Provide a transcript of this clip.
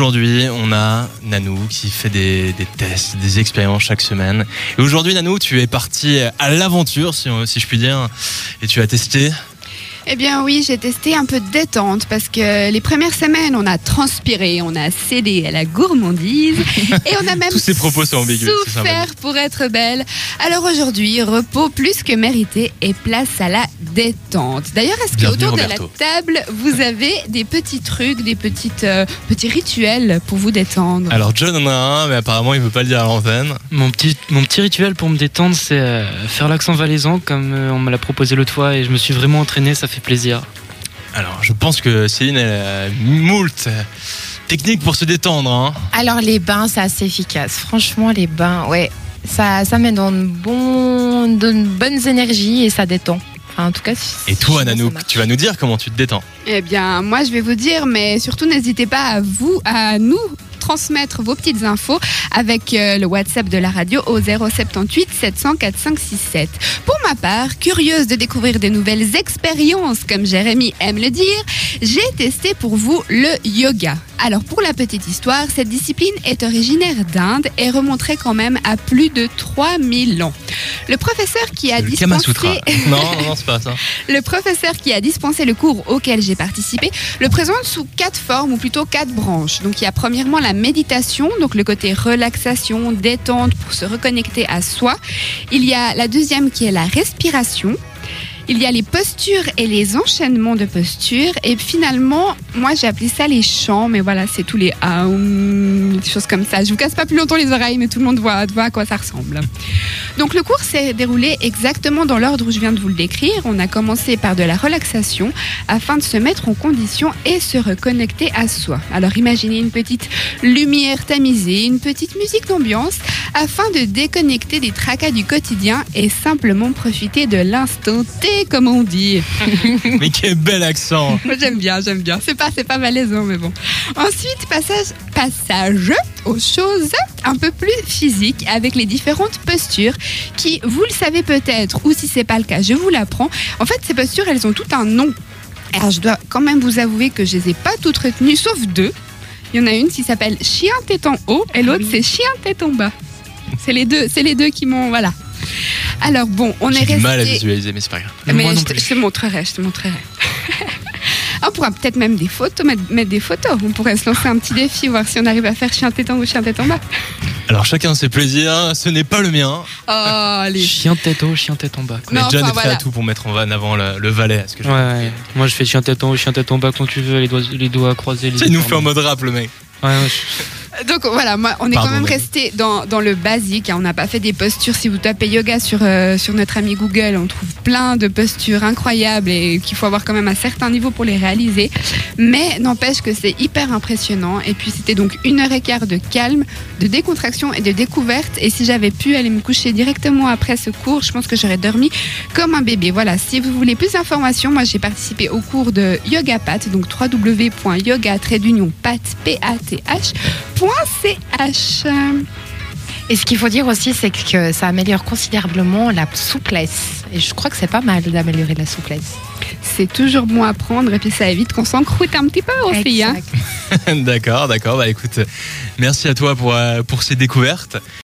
aujourd'hui, on a Nanou qui fait des tests, des expériences chaque semaine. Et aujourd'hui, Nanou, tu es partie à l'aventure, si je puis dire, et tu as testé. Eh bien oui, j'ai testé un peu de détente parce que les premières semaines, on a transpiré, on a cédé à la gourmandise et on a même Tous ces propos sont ambigus, souffert pour être belle. Alors aujourd'hui, repos plus que mérité et place à la détente. D'ailleurs, est-ce qu'autour de la table, vous avez des petits trucs, des petits rituels pour vous détendre? Alors John en a un, mais apparemment il ne veut pas le dire à l'antenne. Mon petit rituel pour me détendre, c'est faire l'accent valaisan comme on me l'a proposé l'autre fois et je me suis vraiment entraîné, ça fait plaisir. Alors je pense que Céline elle a moult techniques pour se détendre. Hein. Alors les bains, c'est assez efficace. Franchement, les bains, ouais, ça met dans de bonnes énergies et ça détend. Enfin, en tout cas. Et toi, Nanou, tu vas nous dire comment tu te détends? Eh bien, moi je vais vous dire, mais surtout n'hésitez pas à nous transmettre vos petites infos avec le WhatsApp de la radio au 078 700 4567. Pour ma part, curieuse de découvrir de nouvelles expériences, comme Jérémy aime le dire, j'ai testé pour vous le yoga. Alors pour la petite histoire, cette discipline est originaire d'Inde et remonterait quand même à plus de 3000 ans. Le professeur qui a dispensé... Non, c'est pas ça. Le professeur qui a dispensé le cours auquel j'ai participé le présente sous 4 formes, ou plutôt 4 branches. Donc il y a premièrement la méditation, donc le côté relaxation, détente pour se reconnecter à soi. Il y a la deuxième qui est la respiration. Il y a les postures et les enchaînements de postures. Et finalement, moi j'ai appelé ça les chants, mais voilà, c'est tous les des choses comme ça. Je vous casse pas plus longtemps les oreilles, mais tout le monde voit à quoi ça ressemble. Donc le cours s'est déroulé exactement dans l'ordre où je viens de vous le décrire. On a commencé par de la relaxation afin de se mettre en condition et se reconnecter à soi. Alors imaginez une petite lumière tamisée, une petite musique d'ambiance afin de déconnecter des tracas du quotidien et simplement profiter de l'instant T, comme on dit. Mais quel bel accent. Moi j'aime bien. C'est pas malaisant, mais bon. Ensuite, passage aux choses un peu plus physiques avec les différentes postures qui, vous le savez peut-être, ou si c'est pas le cas, je vous l'apprends. En fait, ces postures, elles ont tout un nom. Alors, je dois quand même vous avouer que je les ai pas toutes retenues, sauf 2. Il y en a une qui s'appelle chien tête en haut et l'autre c'est chien tête en bas. C'est les deux qui m'ont... Voilà. Alors bon, on est resté... J'ai du mal à visualiser, mais c'est pas grave. Mais je te montrerai. On pourra peut-être même mettre des photos. On pourrait se lancer un petit défi, voir si on arrive à faire chien tête en haut, chien tête en bas. Alors chacun ses plaisirs, ce n'est pas le mien. Oh, allez. Chien tête haut, chien tête en bas. Mais John est prêt à tout pour mettre en avant le valet. Ouais. Moi je fais chien tête en haut, chien tête en bas quand tu veux, les doigts croisés. Il nous fait en mode rap le mec. Ouais. Donc voilà, on est quand même resté dans le basique. On n'a pas fait des postures. Si vous tapez yoga sur notre ami Google, on trouve plein de postures incroyables et qu'il faut avoir quand même un certain niveau pour les réaliser. Mais n'empêche que c'est hyper impressionnant. Et puis c'était donc 1h15 de calme, de décontraction et de découverte. Et si j'avais pu aller me coucher directement après ce cours, je pense que j'aurais dormi comme un bébé. Voilà, si vous voulez plus d'informations, moi j'ai participé au cours de YogaPath, donc www.yoga-path.ch. Et ce qu'il faut dire aussi, c'est que ça améliore considérablement la souplesse. Et je crois que c'est pas mal d'améliorer la souplesse. C'est toujours bon à prendre et puis ça évite qu'on s'encroute un petit peu aussi. Hein. D'accord. Bah écoute, merci à toi pour ces découvertes.